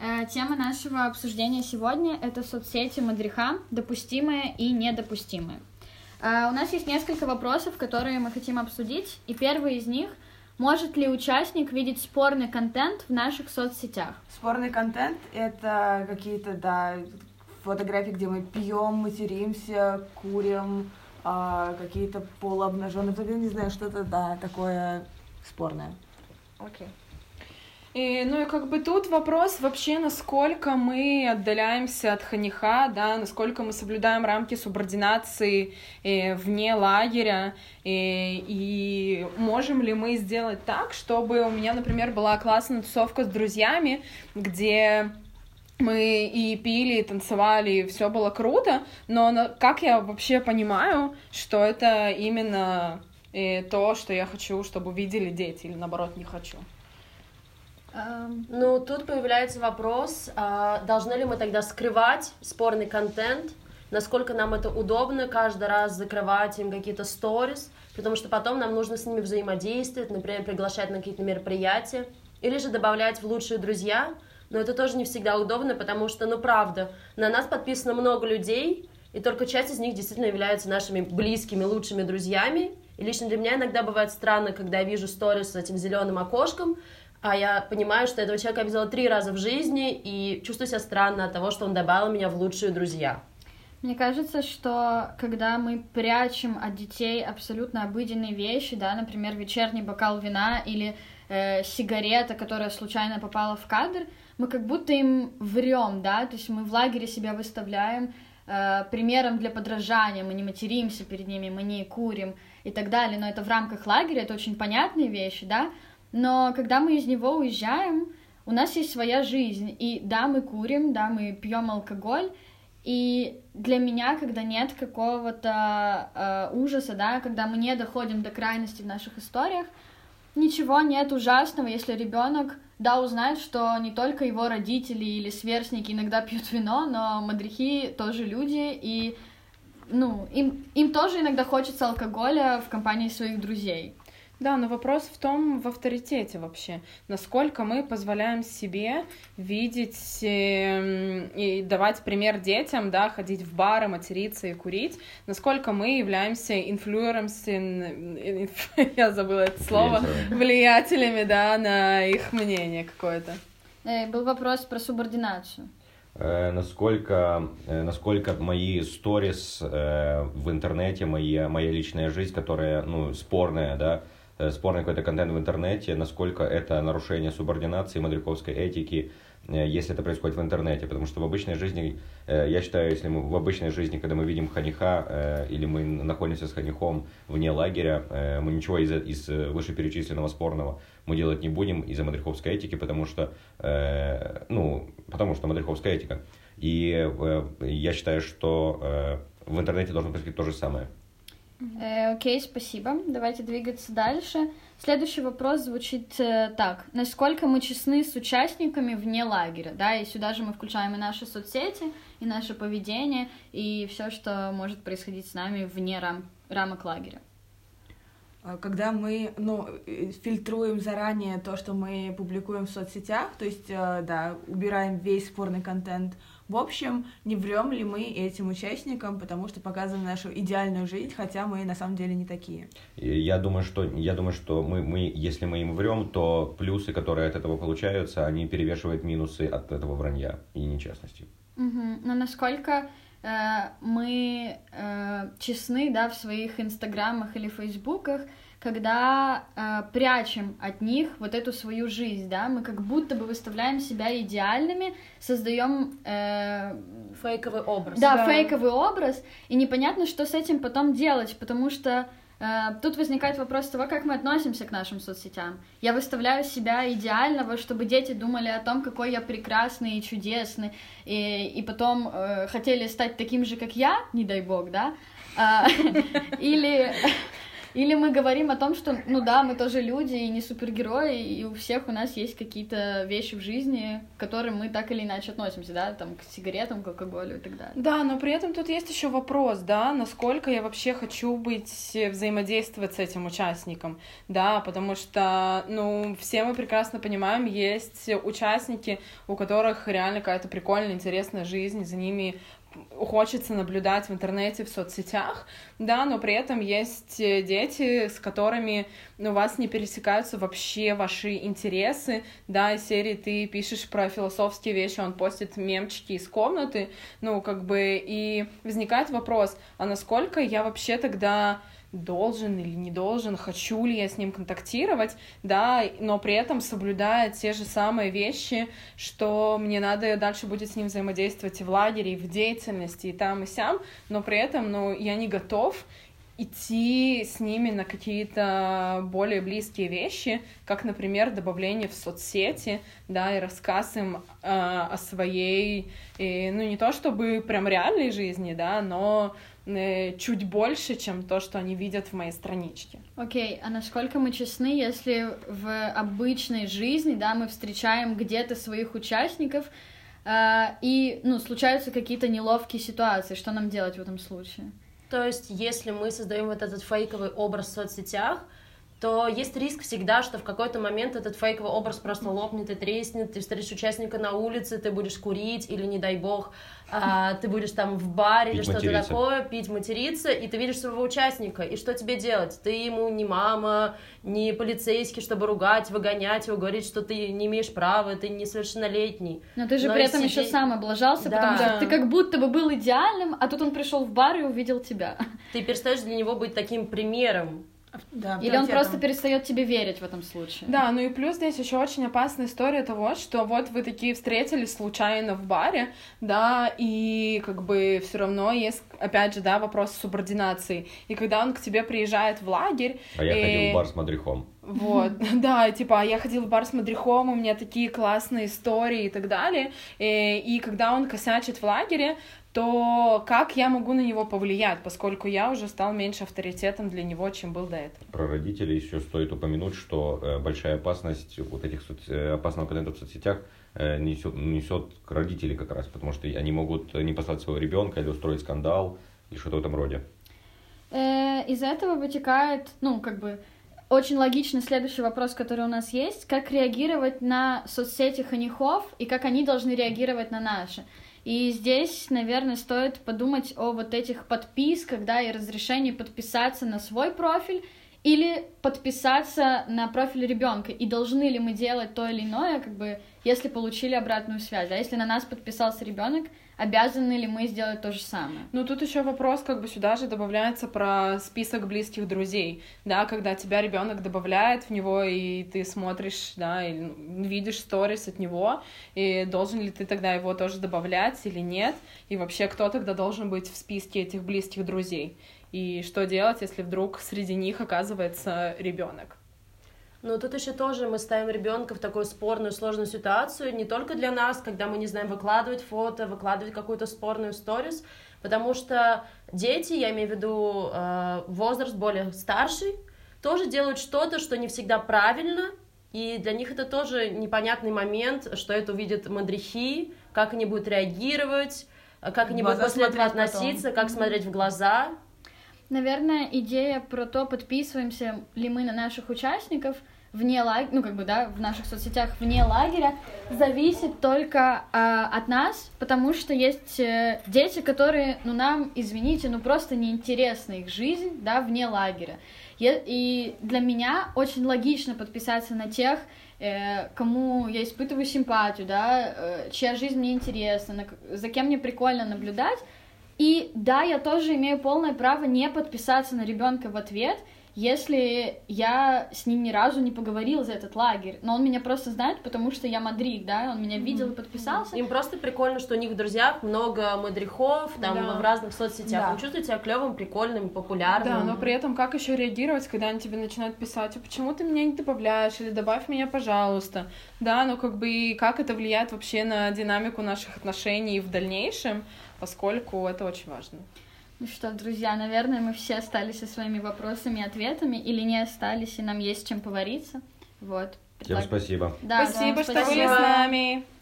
Тема нашего обсуждения сегодня — это соцсети мадриха, допустимые и недопустимые. У нас есть несколько вопросов, которые мы хотим обсудить, и первый из них — может ли участник видеть спорный контент в наших соцсетях? Спорный контент — это какие-то, фотографии, где мы пьем, материмся, курим, какие-то полуобнаженные, не знаю, что-то, такое спорное. Окей. И тут вопрос вообще, насколько мы отдаляемся от ханиха, насколько мы соблюдаем рамки субординации вне лагеря, и можем ли мы сделать так, чтобы у меня, например, была классная тусовка с друзьями, где мы и пили, и танцевали, и все было круто, но как я вообще понимаю, что это именно то, что я хочу, чтобы видели дети, или наоборот, не хочу? Тут появляется вопрос, должны ли мы тогда скрывать спорный контент, насколько нам это удобно каждый раз закрывать им какие-то сторис, потому что потом нам нужно с ними взаимодействовать, например, приглашать на какие-то мероприятия, или же добавлять в лучшие друзья, но это тоже не всегда удобно, потому что, правда, на нас подписано много людей, и только часть из них действительно являются нашими близкими, лучшими друзьями, и лично для меня иногда бывает странно, когда я вижу сторис с этим зеленым окошком, а я понимаю, что этого человека я видела 3 раза в жизни, и чувствую себя странно от того, что он добавил меня в лучшие друзья. Мне кажется, что когда мы прячем от детей абсолютно обыденные вещи, например, вечерний бокал вина или сигарета, которая случайно попала в кадр, мы как будто им врем, то есть мы в лагере себя выставляем примером для подражания, мы не материмся перед ними, мы не курим и так далее, но это в рамках лагеря, это очень понятные вещи, но когда мы из него уезжаем, у нас есть своя жизнь, и мы курим, мы пьем алкоголь, и для меня, когда нет какого-то ужаса, когда мы не доходим до крайности в наших историях, ничего нет ужасного, если ребенок узнает, что не только его родители или сверстники иногда пьют вино, но мадрихи тоже люди, и им тоже иногда хочется алкоголя в компании своих друзей. Да, но вопрос в авторитете вообще. Насколько мы позволяем себе видеть и давать пример детям, ходить в бары, материться и курить. Насколько мы являемся я забыла это слово, влиятелями, на их мнение какое-то. Был вопрос про субординацию. Насколько мои сторис в интернете, моя личная жизнь, которая, спорная, спорный какой-то контент в интернете, насколько это нарушение субординации, мадриховской этики, если это происходит в интернете. Потому что в обычной жизни, я считаю, если мы в обычной жизни, когда мы видим ханиха, или мы находимся с ханихом вне лагеря, мы ничего из вышеперечисленного спорного мы делать не будем из-за мадриховской этики, потому что мадриховская этика. И я считаю, что в интернете должно происходить то же самое. Окей, спасибо. Давайте двигаться дальше. Следующий вопрос звучит так. Насколько мы честны с участниками вне лагеря? И сюда же мы включаем и наши соцсети, и наше поведение, и все, что может происходить с нами вне рамок лагеря. Когда мы, фильтруем заранее то, что мы публикуем в соцсетях, то есть, убираем весь спорный контент. В общем, не врем ли мы этим участникам, потому что показываем нашу идеальную жизнь, хотя мы на самом деле не такие. Я думаю, что мы, если мы им врем, то плюсы, которые от этого получаются, они перевешивают минусы от этого вранья и нечестности. Но насколько мы честны, в своих инстаграмах или фейсбуках, когда прячем от них вот эту свою жизнь, мы как будто бы выставляем себя идеальными, создаем фейковый образ. Фейковый образ, и непонятно, что с этим потом делать, потому что тут возникает вопрос того, как мы относимся к нашим соцсетям. Я выставляю себя идеального, чтобы дети думали о том, какой я прекрасный и чудесный, и потом хотели стать таким же, как я, не дай бог, или Или мы говорим о том, что, ну да, мы тоже люди и не супергерои, и у всех у нас есть какие-то вещи в жизни, к которым мы так или иначе относимся, да, там, к сигаретам, к алкоголю и так далее. Да, но при этом тут есть еще вопрос, да, насколько я вообще хочу взаимодействовать с этим участником, да, потому что, ну, все мы прекрасно понимаем, есть участники, у которых реально какая-то прикольная, интересная жизнь, за ними хочется наблюдать в интернете, в соцсетях, да, но при этом есть дети, с которыми у вас не пересекаются вообще ваши интересы, да, из серии ты пишешь про философские вещи, он постит мемчики из комнаты, ну, как бы, и возникает вопрос, а насколько я вообще тогда должен или не должен, хочу ли я с ним контактировать, да, но при этом соблюдая те же самые вещи, что мне надо дальше будет с ним взаимодействовать и в лагере, и в деятельности, и там, и сям, но при этом, ну, я не готов идти с ними на какие-то более близкие вещи, как, например, добавление в соцсети, да, и рассказ им о своей, ну, не то чтобы прям реальной жизни, да, но чуть больше, чем то, что они видят в моей страничке. Окей, а насколько мы честны, если в обычной жизни, да, мы встречаем где-то своих участников, и, ну, случаются какие-то неловкие ситуации, что нам делать в этом случае? То есть, если мы создаем вот этот фейковый образ в соцсетях, то есть риск всегда, что в какой-то момент этот фейковый образ просто лопнет и треснет, ты встретишь участника на улице, ты будешь курить, или, не дай бог, ты будешь там в баре или что-то такое, пить, материться, и ты видишь своего участника, и что тебе делать? Ты ему не мама, не полицейский, чтобы ругать, выгонять его, говорить, что ты не имеешь права, ты несовершеннолетний. Но ты же при этом еще сам облажался, да, потому что ты как будто бы был идеальным, а тут он пришел в бар и увидел тебя. Ты перестаешь для него быть таким примером. Да, или он просто перестает тебе верить в этом случае. Да, ну и плюс здесь еще очень опасная история того, что вот вы такие встретились случайно в баре, да, и как бы все равно есть, опять же, да, вопрос субординации. И когда он к тебе приезжает в лагерь... А я ходил в бар с мадрихом. Вот, да, типа, я ходила в бар с мадрихом, у меня такие классные истории и так далее, и когда он косячит в лагере, то как я могу на него повлиять, поскольку я уже стал меньше авторитетом для него, чем был до этого. Про родителей еще стоит упомянуть, что большая опасность вот этих опасного контента в соцсетях несет к родителям как раз, потому что они могут не послать своего ребенка или устроить скандал, или что-то в этом роде. Из этого вытекает, ну, как бы, очень логичный следующий вопрос, который у нас есть. Как реагировать на соцсети ханихов и как они должны реагировать на наши? И здесь, наверное, стоит подумать о вот этих подписках, да, и разрешении подписаться на свой профиль или подписаться на профиль ребенка. И должны ли мы делать то или иное, как бы, если получили обратную связь. А если на нас подписался ребенок, обязаны ли мы сделать то же самое? Ну, тут еще вопрос, как бы сюда же добавляется про список близких друзей, да, когда тебя ребенок добавляет в него, и ты смотришь, да, и видишь сторис от него, и должен ли ты тогда его тоже добавлять или нет, и вообще кто тогда должен быть в списке этих близких друзей, и что делать, если вдруг среди них оказывается ребенок. Но тут еще тоже мы ставим ребенка в такую спорную, сложную ситуацию, не только для нас, когда мы не знаем выкладывать фото, выкладывать какую-то спорную сторис, потому что дети, я имею в виду возраст более старший, тоже делают что-то, что не всегда правильно, и для них это тоже непонятный момент, что это увидят мадрихи, как они будут реагировать, как они будут после этого относиться, как смотреть в глаза. Наверное, идея про то, подписываемся ли мы на наших участников вне лагеря, ну, как бы, да, в наших соцсетях вне лагеря, зависит только от нас, потому что есть дети, которые, ну, нам, извините, ну, просто неинтересна их жизнь, да, вне лагеря. И для меня очень логично подписаться на тех, кому я испытываю симпатию, да, чья жизнь мне интересна, за кем мне прикольно наблюдать. И да, я тоже имею полное право не подписаться на ребенка в ответ, если я с ним ни разу не поговорила за этот лагерь. Но он меня просто знает, потому что я мадрих, да, он меня видел и подписался. Им просто прикольно, что у них в друзьях много мадрихов, там, в разных соцсетях. Он чувствует себя клевым, прикольным, популярным. Да, но при этом как еще реагировать, когда они тебе начинают писать, а почему ты меня не добавляешь, или добавь меня, пожалуйста. Да, ну как бы и как это влияет вообще на динамику наших отношений в дальнейшем, поскольку это очень важно. Ну что, друзья, наверное, мы все остались со своими вопросами и ответами, или не остались, и нам есть чем повариться. Вот. Всем спасибо. Да, Спасибо, всем что были с нами.